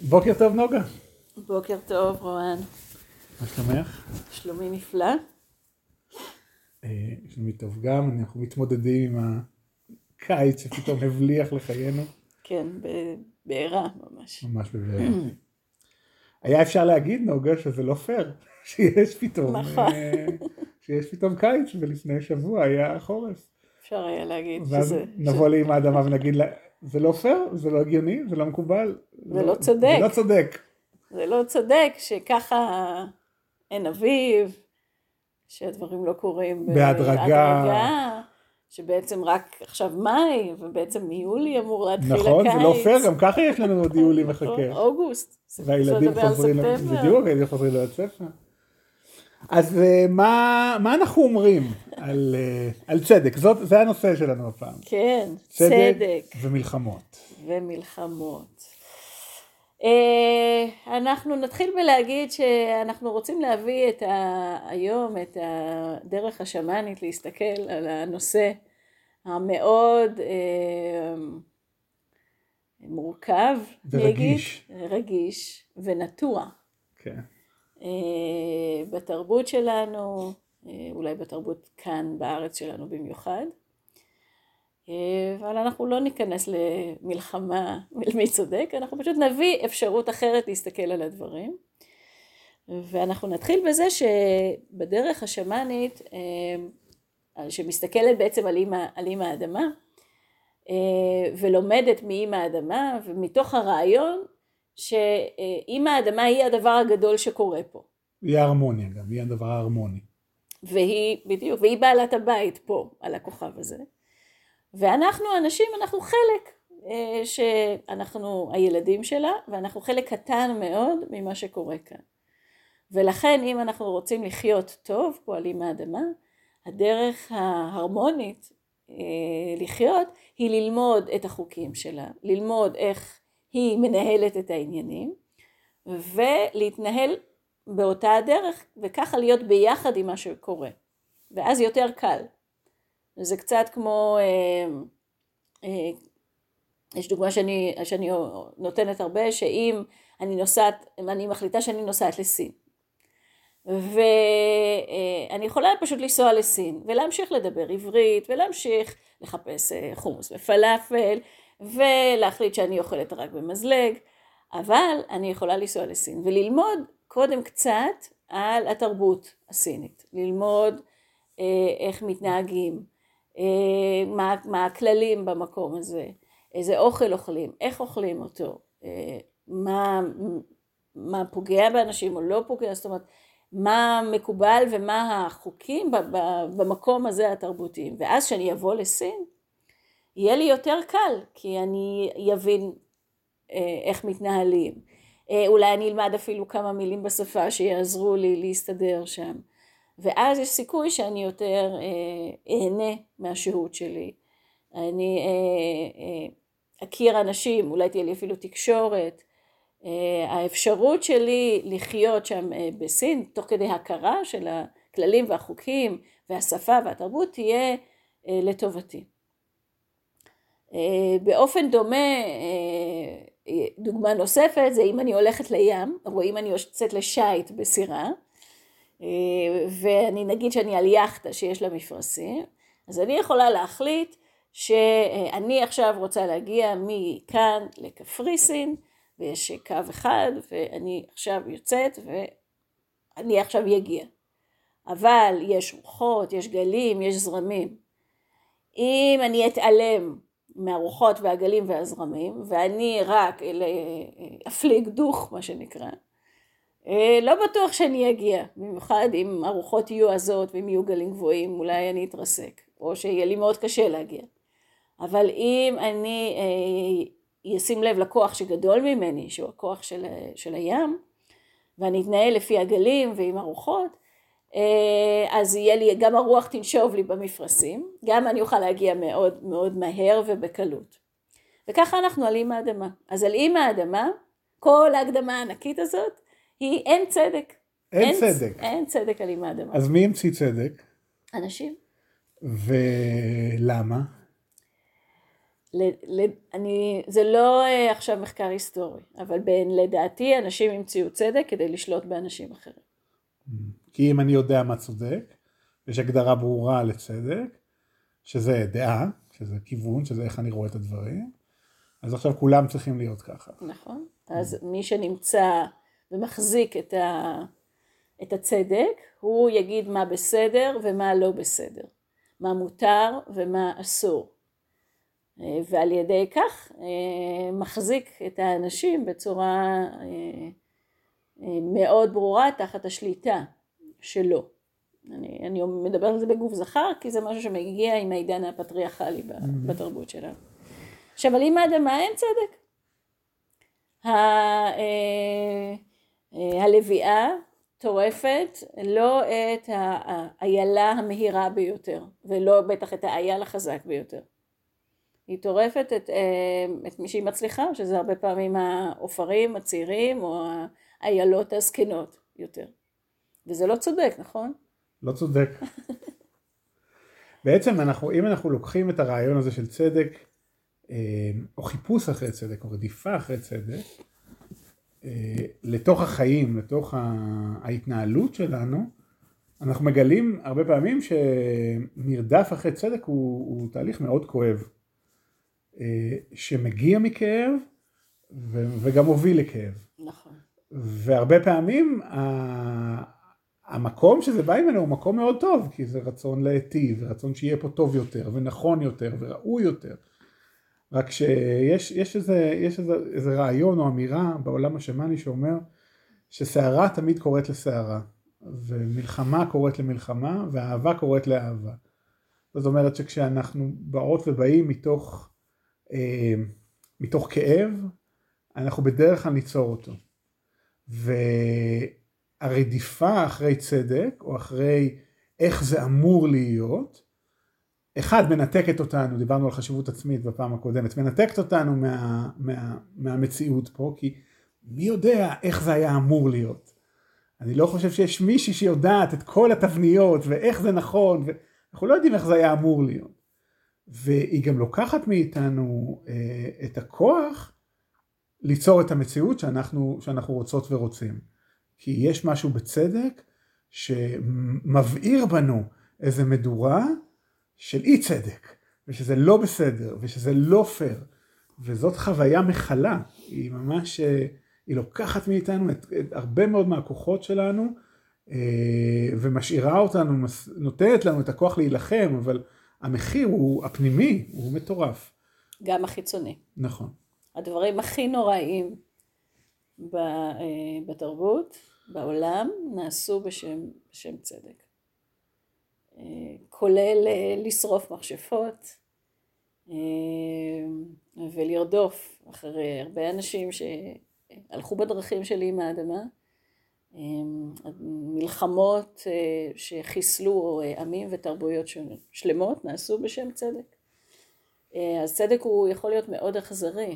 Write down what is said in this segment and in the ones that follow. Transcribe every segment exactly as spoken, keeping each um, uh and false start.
בוקר טוב נוגה. בוקר טוב רואן. מה שלומך? שלומי נפלא. שלומי טוב גם, אנחנו מתמודדים עם הקיץ שפתאום הבליח לחיינו. כן, בעירה ממש. ממש בבעירה. היה אפשר להגיד נוגה שזה לא פייר, שיש פתאום, נכון. שיש פתאום קיץ ולפני שבוע היה חורף. אפשר היה להגיד ואז שזה... נבוא לאמא האדמה ונגיד לה, זה לא פייר, זה לא הגיוני, זה לא מקובל. זה לא צודק. זה לא צודק. זה לא צודק שככה אין אביב, שהדברים לא קורים בהדרגה. בהדרגה, שבעצם רק עכשיו מאי, ובעצם מיולי אמור להתחיל הקיץ. נכון, זה לא פייר, גם ככה יש לנו עוד יולי מחכה. אוגוסט. והילדים חוזרים, בדיוק, הילדים חוזרים לבית ספר. אז מה, מה אנחנו אומרים על, על צדק? זאת, זה הנושא שלנו הפעם. כן, צדק. צדק. ומלחמות. ומלחמות. אנחנו נתחיל בלהגיד שאנחנו רוצים להביא את ה... היום את הדרך השמאנית להסתכל על הנושא המאוד מורכב, ורגיש. נגיד, רגיש ונטוע. כן. בתרבות שלנו, אולי בתרבות כאן בארץ שלנו במיוחד. אבל אנחנו לא ניכנס למלחמה מי צודק, אנחנו פשוט נביא אפשרות אחרת להסתכל על הדברים. ואנחנו נתחיל בזה שבדרך השמאנית, שמסתכלת בעצם על אימא, על אימא האדמה, ולומדת מאימא האדמה, ומתוך הרעיון שאימא האדמה היא הדבר הגדול שקורה פה. היא ההרמוניה גם, היא הדבר ההרמוני. והיא, בדיוק, והיא בעלת הבית פה, על הכוכב הזה. ואנחנו אנשים, אנחנו חלק, שאנחנו הילדים שלה, ואנחנו חלק קטן מאוד ממה שקורה כאן. ולכן אם אנחנו רוצים לחיות טוב פה על אימא האדמה, הדרך ההרמונית לחיות היא ללמוד את החוקים שלה, ללמוד איך היא מנהלת את העניינים, ולהתנהל באותה הדרך, וככה להיות ביחד עם מה שקורה. ואז יותר קל. זה קצת כמו, אה, אה, יש דוגמה שאני, שאני נותנת הרבה, שאם אני נוסעת, אני מחליטה שאני נוסעת לסין, ואני יכולה פשוט לנסוע לסין, ולהמשיך לדבר עברית, ולהמשיך לחפש חומוס ופלאפל, ולהחליט שאני אוכלת רק במזלג, אבל אני יכולה לנסוע לסין, וללמוד קודם קצת על התרבות הסינית, ללמוד אה, איך מתנהגים, מה, מה הכללים במקום הזה, איזה אוכל אוכלים, איך אוכלים אותו, מה, מה פוגע באנשים או לא פוגע, זאת אומרת, מה מקובל ומה החוקים במקום הזה התרבותיים. ואז שאני אבוא לסין, יהיה לי יותר קל, כי אני יבין איך מתנהלים. אולי אני אלמד אפילו כמה מילים בשפה שיעזרו לי להסתדר שם. ואז יש סיכוי שאני יותר אה, אהנה מהשהות שלי. אני אה, אה, אכיר אנשים, אולי תהיה לי אפילו תקשורת. אה, האפשרות שלי לחיות שם אה, בסין, תוך כדי הכרה של הכללים והחוקים והשפה והתרבות, תהיה אה, לטובתי. אה, באופן דומה, אה, דוגמה נוספת, זה אם אני הולכת לים, או אם אני יוצאת לשייט בסירה, ואני נגיד שאני על יחטה שיש לה מפרשים, אז אני יכולה להחליט שאני עכשיו רוצה להגיע מכאן לקפריסין, ויש קו אחד, ואני עכשיו יוצאת, ואני עכשיו יגיע. אבל יש רוחות, יש גלים, יש זרמים. אם אני אתעלם מהרוחות והגלים והזרמים, ואני רק אפליג דוך, מה שנקרא, לא בטוח שאני אגיע, במיוחד אם הרוחות יהיו עזות ואם יהיו גלים גבוהים, אולי אני אתרסק, או שיהיה לי מאוד קשה להגיע. אבל אם אני אה, אשים לב לכוח שגדול ממני, שהוא הכוח של, של הים, ואני אתנהל לפי הגלים ועם הרוחות, אה, אז יהיה לי, גם הרוח תנשוב לי במפרשים, גם אני אוכל להגיע מאוד מאוד מהר ובקלות. וככה אנחנו על אימא האדמה. אז על אימא האדמה, כל ההקדמה הענקית הזאת, היא אין צדק. אין, אין צדק. אין צדק על אימא האדמה. אז מי המציא צדק? אנשים. ולמה? ל, ל, אני, זה לא uh, עכשיו מחקר היסטורי, אבל בין, לדעתי אנשים המציאו צדק כדי לשלוט באנשים אחרים. כי אם אני יודע מה צודק, יש הגדרה ברורה לצדק, שזה דעה, שזה כיוון, שזה איך אני רואה את הדברים, אז עכשיו כולם צריכים להיות ככה. נכון. אז מי שנמצא ומחזיק את, ה, את הצדק, הוא יגיד מה בסדר ומה לא בסדר. מה מותר ומה אסור. ועל ידי כך מחזיק את האנשים בצורה מאוד ברורה תחת השליטה שלו. אני, אני מדבר על זה בגוף זכר, כי זה משהו שמגיע עם העידן הפטריארכלי בתרבות שלנו. עכשיו, על עם האדמה אין צדק. הלוויה טורפת לא את האיילה המהירה ביותר, ולא בטח את האייל החזק ביותר. היא טורפת את, את מי שהיא מצליחה, שזה הרבה פעמים האופרים הצעירים, או האיילות הזקנות יותר. וזה לא צודק, נכון? לא צודק. בעצם אנחנו, אם אנחנו לוקחים את הרעיון הזה של צדק, או חיפוש אחרי צדק, או רדיפה אחרי צדק, לתוך החיים, לתוך ההתנהלות שלנו, אנחנו מגלים הרבה פעמים שמרדף אחרי צדק הוא, הוא תהליך מאוד כואב, שמגיע מכאב וגם מוביל לכאב. נכון. והרבה פעמים המקום שזה בא ממנו הוא מקום מאוד טוב, כי זה רצון להיטיב, רצון שיהיה פה טוב יותר ונכון יותר וראוי יותר. רק שיש יש איזה, יש איזה, איזה רעיון או אמירה בעולם השמאני שאומר שסערה תמיד קוראת לסערה, ומלחמה קוראת למלחמה, ואהבה קוראת לאהבה. זאת אומרת שכשאנחנו באות ובאים מתוך, אה, מתוך כאב, אנחנו בדרך כלל ניצור אותו. והרדיפה אחרי צדק, או אחרי איך זה אמור להיות, אחד, מנתקת אותנו, דיברנו על חשיבות עצמית בפעם הקודמת, מנתקת אותנו מה, מה, מהמציאות פה, כי מי יודע איך זה היה אמור להיות. אני לא חושב שיש מישהי שיודעת את כל התבניות, ואיך זה נכון, ואנחנו לא יודעים איך זה היה אמור להיות. והיא גם לוקחת מאיתנו אה, את הכוח, ליצור את המציאות שאנחנו, שאנחנו רוצות ורוצים. כי יש משהו בצדק, שמבעיר בנו איזה מדורה, של אי צדק, ושזה לא בסדר, ושזה לא פייר, וזאת חוויה מחלה, היא ממש, היא לוקחת מאיתנו את, את הרבה מאוד מהכוחות שלנו, ומשאירה אותנו, נותנת לנו את הכוח להילחם, אבל המחיר הוא הפנימי, הוא מטורף. גם החיצוני. נכון. הדברים הכי נוראים בתרבות, בעולם, נעשו בשם, בשם צדק. כולל לשרוף מכשפות ולרדוף אחרי הרבה אנשים שהלכו בדרכים שלי עם האדמה, מלחמות שחיסלו עמים ותרבויות שלמות נעשו בשם צדק. אז צדק הוא יכול להיות מאוד אכזרי,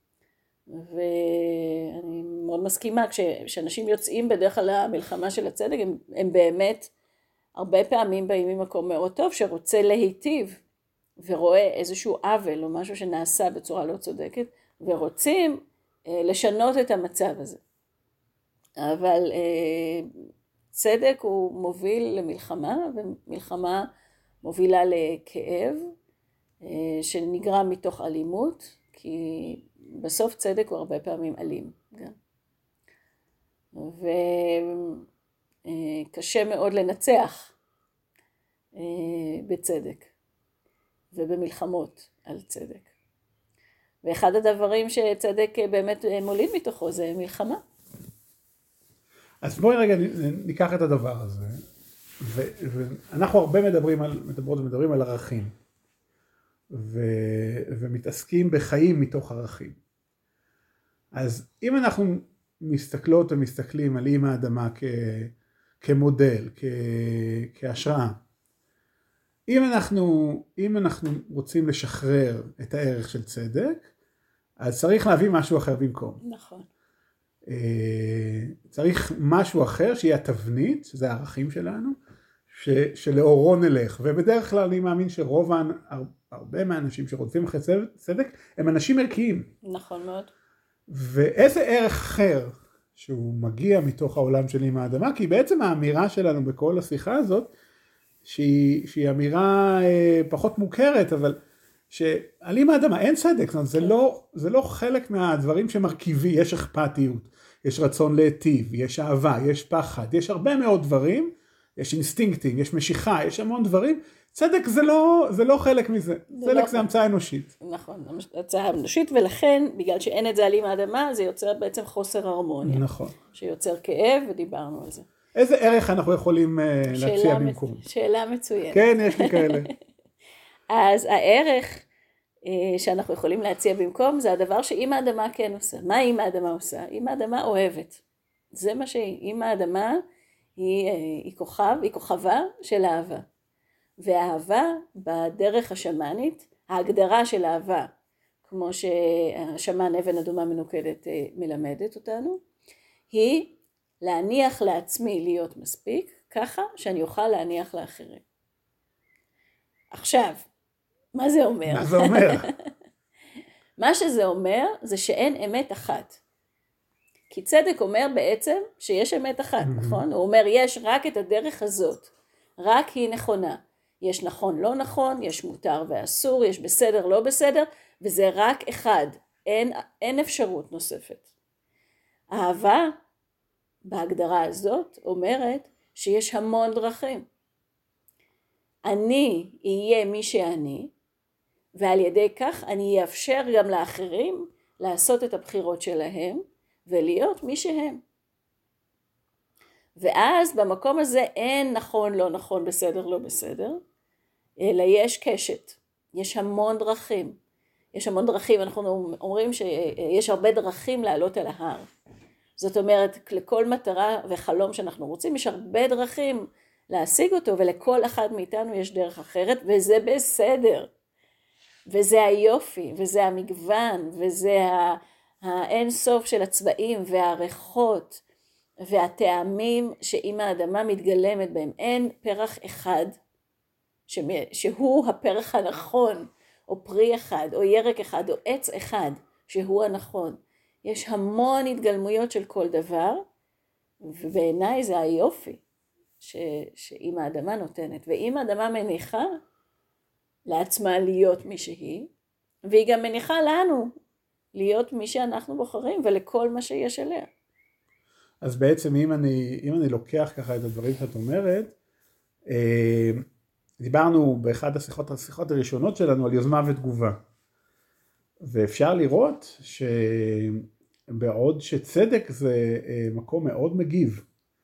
ואני מאוד מסכימה, כשאנשים יוצאים בדרך כלל המלחמה של הצדק, הם, הם באמת הרבה פעמים באים ממקום מאוד טוב, שרוצה להיטיב, ורואה איזשהו עוול או משהו שנעשה בצורה לא צודקת, ורוצים אה, לשנות את המצב הזה. אבל אה, צדק הוא מוביל למלחמה, ומלחמה מובילה לכאב, אה, שנגרם מתוך אלימות, כי בסוף צדק הוא הרבה פעמים אלים גם. ו... קשה מאוד לנצח בצדק ובמלחמות על צדק. ואחד הדברים שצדק באמת מוליד מתוכו זה מלחמה. אז בואי רגע ניקח את הדבר הזה, ואנחנו הרבה מדברים על, מדברות ומדברים על ערכים, ו, ומתעסקים בחיים מתוך ערכים. אז אם אנחנו מסתכלות ומסתכלים על אמא האדמה כ... כמודל, כ... כהשראה. אם אנחנו, אם אנחנו רוצים לשחרר את הערך של צדק, אז צריך להביא משהו אחר במקום. נכון. צריך משהו אחר שיהיה התבנית, שזה הערכים שלנו, ש, שלאורו נלך, ובדרך כלל אני מאמין שרוב, הרבה מהאנשים שרודפים אחרי צדק, הם אנשים ערכיים. נכון מאוד. ואיזה ערך אחר שהוא מגיע מתוך העולם של אמא האדמה, כי בעצם האמירה שלנו בכל השיחה הזאת, שהיא, שהיא אמירה אה, פחות מוכרת, אבל שעל אמא האדמה אין צדק, זאת אומרת, זה לא, זה לא חלק מהדברים שמרכיבי, יש אכפתיות, יש רצון להיטיב, יש אהבה, יש פחד, יש הרבה מאוד דברים, יש אינסטינקטים, יש משיכה, יש המון דברים, צדק זה לא, זה לא חלק מזה, צדק לא זה המצאה אנושית. נכון, המצאה אנושית, ולכן, בגלל שאין את זה על אמא האדמה, זה יוצר בעצם חוסר הרמוניה. נכון. שיוצר כאב, ודיברנו על זה. איזה ערך אנחנו יכולים להציע במקום? שאלה מצוינת. כן, יש לי כאלה. אז הערך שאנחנו יכולים להציע במקום, זה הדבר שאמא האדמה כן עושה. מה אמא האדמה עושה? אמא האדמה אוהבת. זה מה שהיא. אמא האדמה היא, היא כוכב, היא כוכבה של אהבה. והאהבה בדרך השמנית, ההגדרה של אהבה, כמו שהשמן אבן אדומה מנוקדת מלמדת אותנו, היא להניח לעצמי להיות מספיק, ככה שאני אוכל להניח לאחרים. עכשיו, מה זה אומר? מה זה אומר? מה שזה אומר זה שאין אמת אחת. כי צדק אומר בעצם שיש אמת אחת, נכון? הוא אומר יש רק את הדרך הזאת, רק היא נכונה. יש נכון לא נכון, יש מותר ואסור, יש בסדר לא בסדר, וזה רק אחד, אין, אין אפשרות נוספת. אהבה בהגדרה הזאת אומרת שיש המון דרכים. אני אהיה מי שאני, ועל ידי כך אני אאפשר גם לאחרים לעשות את הבחירות שלהם, ולהיות מי שהם. ואז במקום הזה אין נכון, לא נכון, בסדר, לא בסדר, אלא יש קשת, יש המון דרכים. יש המון דרכים, אנחנו אומרים שיש הרבה דרכים לעלות על ההר. זאת אומרת, לכל מטרה וחלום שאנחנו רוצים, יש הרבה דרכים להשיג אותו, ולכל אחד מאיתנו יש דרך אחרת, וזה בסדר. וזה היופי, וזה המגוון, וזה האין סוף של הצבעים והריחות, והטעמים שאמא האדמה מתגלמת בהם. אין פרח אחד שהוא הפרח הנכון, או פרי אחד, או ירק אחד, או עץ אחד שהוא הנכון. יש המון התגלמויות של כל דבר, ובעיניי זה היופי ש, שאמא האדמה נותנת. ואמא האדמה מניחה לעצמה להיות מי שהיא, והיא גם מניחה לנו להיות מי שאנחנו בוחרים, ולכל מה שיש אליה. אז בעצם אם אני, אם אני לוקח ככה את הדברים שאת אומרת, אה, דיברנו באחד השיחות, השיחות הראשונות שלנו על יוזמה ותגובה. ואפשר לראות שבעוד שצדק זה אה, מקום מאוד מגיב.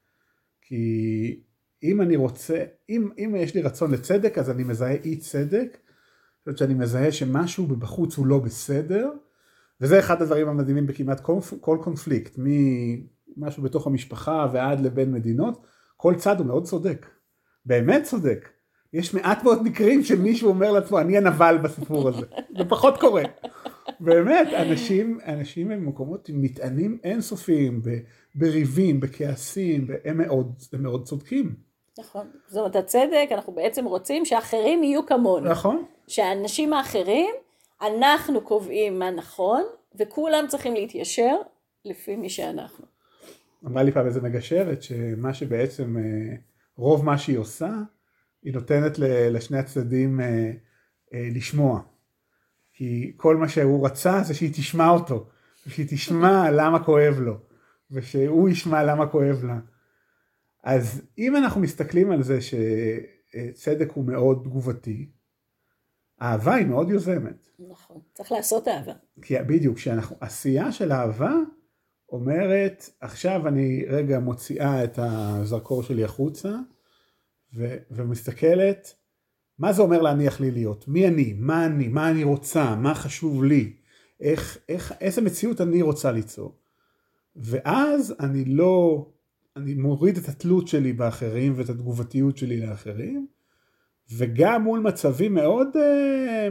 כי אם אני רוצה, אם, אם יש לי רצון לצדק, אז אני מזהה אי צדק, זאת אומרת שאני מזהה שמשהו בחוץ הוא לא בסדר, וזה אחד הדברים המדהימים בכמעט כל, כל קונפליקט, ממשהו בתוך המשפחה ועד לבין מדינות, כל צד הוא מאוד צודק, באמת צודק. יש מעט מאוד מקרים שמישהו אומר לעצמו, אני הנבל בסיפור הזה, זה פחות קורה. באמת, אנשים, אנשים הם מקומות עם מטענים אינסופיים, בריבים, בכעסים, והם מאוד, הם מאוד צודקים. נכון, זאת אומרת, הצדק, אנחנו בעצם רוצים שאחרים יהיו כמונו. נכון. שהאנשים האחרים, אנחנו קובעים מה נכון, וכולם צריכים להתיישר לפי מי שאנחנו. אמרה לי פעם איזה מגשרת, שמה שבעצם, רוב מה שהיא עושה, היא נותנת לשני הצדדים לשמוע. כי כל מה שהוא רצה זה שהיא תשמע אותו, ושהיא תשמע למה כואב לו, ושהוא ישמע למה כואב לה. אז אם אנחנו מסתכלים על זה שצדק הוא מאוד תגובתי, האהבה היא מאוד יוזמת. נכון, צריך לעשות אהבה. כי בדיוק, שאנחנו, עשייה של אהבה אומרת, עכשיו אני רגע מוציאה את הזרקור שלי החוצה, ו- ומסתכלת, מה זה אומר להניח לי להיות? מי אני? מה אני? מה אני רוצה? מה חשוב לי? איך, איך, איזה מציאות אני רוצה ליצור? ואז אני לא, אני מוריד את התלות שלי באחרים ואת התגובתיות שלי לאחרים, וגם מול מצבים מאוד אה,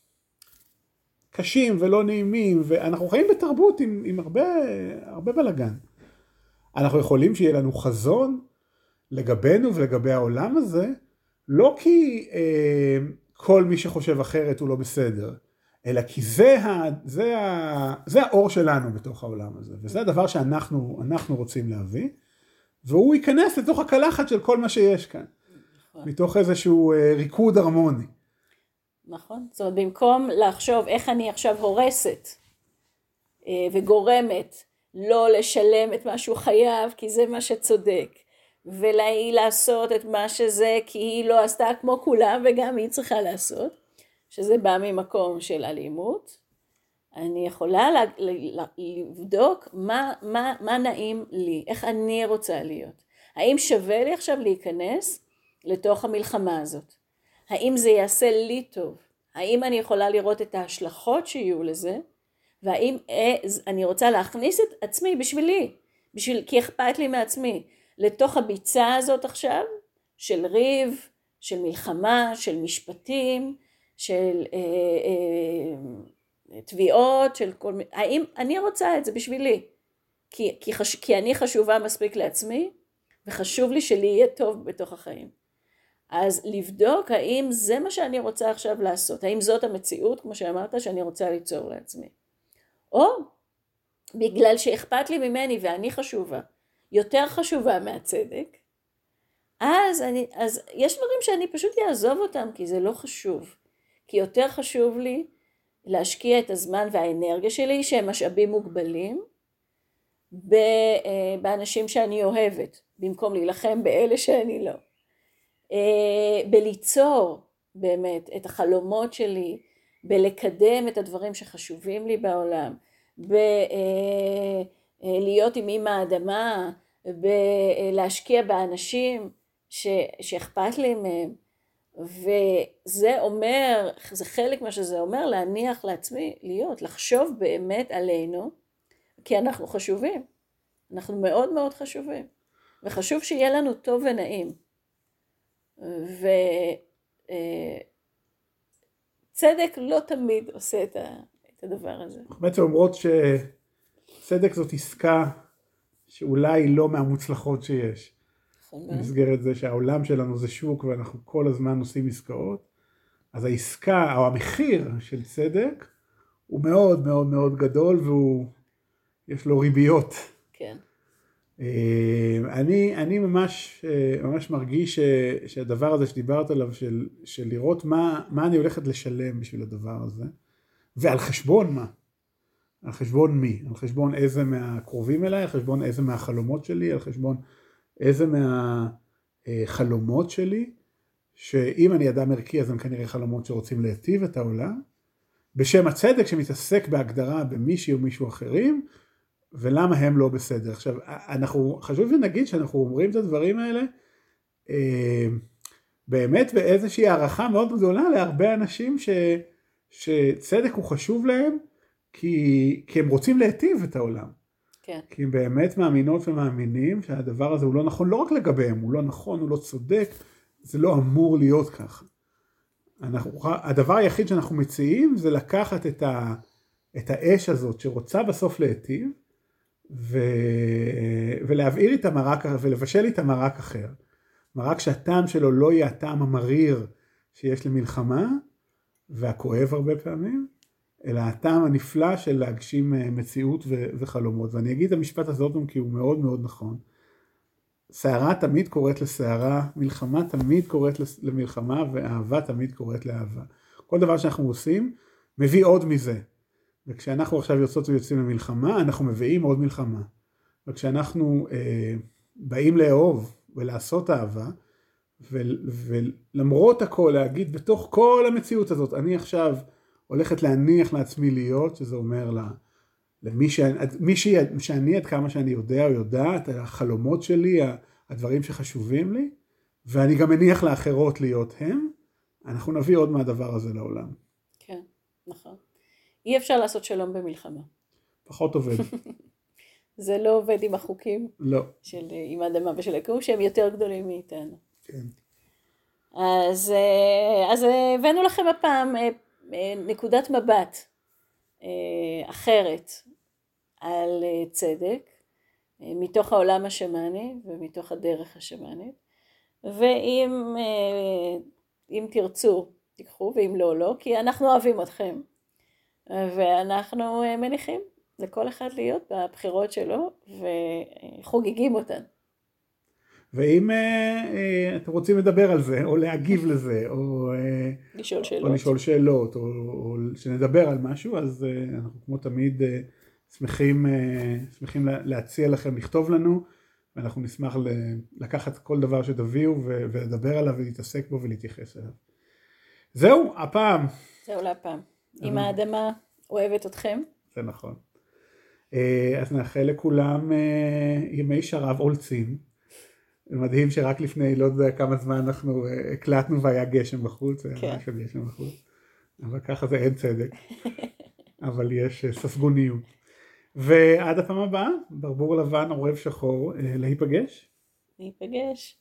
קשים ולא נעימים, ואנחנו חיים בתרבות עם, עם הרבה, הרבה בלגן. אנחנו יכולים שיהיה לנו חזון, לגבינו ולגבי העולם הזה, לא כי אה, כל מי שחושב אחרת הוא לא בסדר, אלא כי זה, ה, זה, ה, זה האור שלנו בתוך העולם הזה, וזה הדבר שאנחנו אנחנו רוצים להביא, והוא ייכנס לתוך הקלחת של כל מה שיש כאן, נכון. מתוך איזשהו אה, ריקוד הרמוני. נכון, זאת אומרת, במקום לחשוב איך אני עכשיו הורסת אה, וגורמת לא לשלם את מה שהוא חייב, כי זה מה שצודק, ולהיא לעשות את מה שזה, כי היא לא עשתה כמו כולם, וגם היא צריכה לעשות, שזה בא ממקום של אלימות, אני יכולה לבדוק מה, מה, מה נעים לי, איך אני רוצה להיות. האם שווה לי עכשיו להיכנס לתוך המלחמה הזאת? האם זה יעשה לי טוב? האם אני יכולה לראות את ההשלכות שיהיו לזה? והאם אני רוצה להכניס את עצמי בשבילי, בשביל, כי אכפת לי מעצמי, לתוך הביצה הזאת עכשיו, של ריב, של מלחמה, של משפטים, של אה, אה, תביעות, של כל מיני, האם אני רוצה את זה בשבילי? כי, כי, חש, כי אני חשובה מספיק לעצמי, וחשוב לי שלי יהיה טוב בתוך החיים. אז לבדוק האם זה מה שאני רוצה עכשיו לעשות, האם זאת המציאות, כמו שאמרת, שאני רוצה ליצור לעצמי. או בגלל שאכפת לי ממני ואני חשובה, יותר חשובה מהצדק, אז, אני, אז יש דברים שאני פשוט אעזוב אותם, כי זה לא חשוב. כי יותר חשוב לי להשקיע את הזמן והאנרגיה שלי, שהם משאבים מוגבלים, באנשים שאני אוהבת, במקום להילחם באלה שאני לא. בליצור באמת את החלומות שלי, בלקדם את הדברים שחשובים לי בעולם, בלהיות עם אמא האדמה, בלהשקיע באנשים שאכפת לי מהם, וזה אומר, זה חלק מה שזה אומר, להניח לעצמי להיות, לחשוב באמת עלינו, כי אנחנו חשובים, אנחנו מאוד מאוד חשובים, וחשוב שיהיה לנו טוב ונעים, וצדק לא תמיד עושה את הדבר הזה. בעצם אומרות שצדק זאת עסקה שאולי לא מהמוצלחות שיש. במסגרת זה שהעולם שלנו זה שוק ואנחנו כל הזמן עושים עסקאות, אז העסקה או המחיר של צדק הוא מאוד מאוד מאוד גדול והוא, יש לו ריביות. כן. אני, אני ממש, ממש מרגיש שהדבר הזה שדיברת עליו, של, של לראות מה, מה אני הולכת לשלם בשביל הדבר הזה, ועל חשבון מה? על חשבון מי? על חשבון איזה מהקרובים אליי, על חשבון איזה מהחלומות שלי, על חשבון איזה מהחלומות שלי, שאם אני אדם ערכי, אז הם כנראה חלומות שרוצים להיטיב את העולם, בשם הצדק שמתעסק בהגדרה במישהו או מישהו אחרים, ולמה הם לא בסדר. עכשיו, אנחנו, חשוב שנגיד שאנחנו אומרים את הדברים האלה, אה, באמת באיזושהי הערכה מאוד גדולה להרבה אנשים ש, שצדק הוא חשוב להם, כי, כי הם רוצים להיטיב את העולם. כן. כי הם באמת מאמינות ומאמינים שהדבר הזה הוא לא נכון, לא רק לגביהם, הוא לא נכון, הוא לא צודק, זה לא אמור להיות ככה. אנחנו, הדבר היחיד שאנחנו מציעים זה לקחת את, ה, את האש הזאת שרוצה בסוף להיטיב, ו... ולהבעיר איתה מרק, ולבשל איתה מרק אחר. מרק שהטעם שלו לא יהיה הטעם המריר שיש למלחמה, והכואב הרבה פעמים, אלא הטעם הנפלא של להגשים מציאות ו... וחלומות. ואני אגיד את המשפט הזאת כי הוא מאוד מאוד נכון. סערה תמיד קוראת לסערה, מלחמה תמיד קוראת למלחמה, ואהבה תמיד קוראת לאהבה. כל דבר שאנחנו עושים מביא עוד מזה. וכשאנחנו עכשיו יוצאות ויוצאים למלחמה, אנחנו מביאים עוד מלחמה. וכשאנחנו אה, באים לאהוב ולעשות אהבה, ו- ולמרות הכל להגיד בתוך כל המציאות הזאת, אני עכשיו הולכת להניח לעצמי להיות, שזה אומר לה, למי שאני, מי שאני עד כמה שאני יודע או יודעת, החלומות שלי, הדברים שחשובים לי, ואני גם מניח לאחרות להיות הם, אנחנו נביא עוד מהדבר הזה לעולם. כן, נכון. אי אפשר לעשות שלום במלחמה. פחות עובד. זה לא עובד עם החוקים. לא. של עם האדמה ושל היקום, שהם יותר גדולים מאיתנו. כן. אז, אז הבאנו לכם הפעם נקודת מבט אחרת על צדק, מתוך העולם השמאני ומתוך הדרך השמאנית. ואם אם תרצו, תיקחו, ואם לא, לא, כי אנחנו אוהבים אתכם, ואנחנו מניחים לכל אחד להיות בבחירות שלו, וחוגגים אותן. ואם אתם רוצים לדבר על זה, או להגיב לזה, או לשאול שאלות, או לשאול שאלות, או, או שנדבר על משהו, אז אנחנו כמו תמיד שמחים, שמחים להציע לכם לכתוב לנו, ואנחנו נשמח לקחת כל דבר שתביאו ולדבר עליו ולהתעסק בו ולהתייחס אליו. זהו, הפעם. זהו להפעם. אם האדמה אוהבת אתכם. זה נכון. אז נאחל לכולם ימי שרב עולצים. מדהים שרק לפני לא יודע כמה זמן אנחנו הקלטנו והיה גשם בחוץ. כן. היה גשם בחוץ. אבל ככה זה אין צדק. אבל יש ססגוניות. ועד הפעם הבאה, ברבור לבן עורב שחור, להיפגש. להיפגש.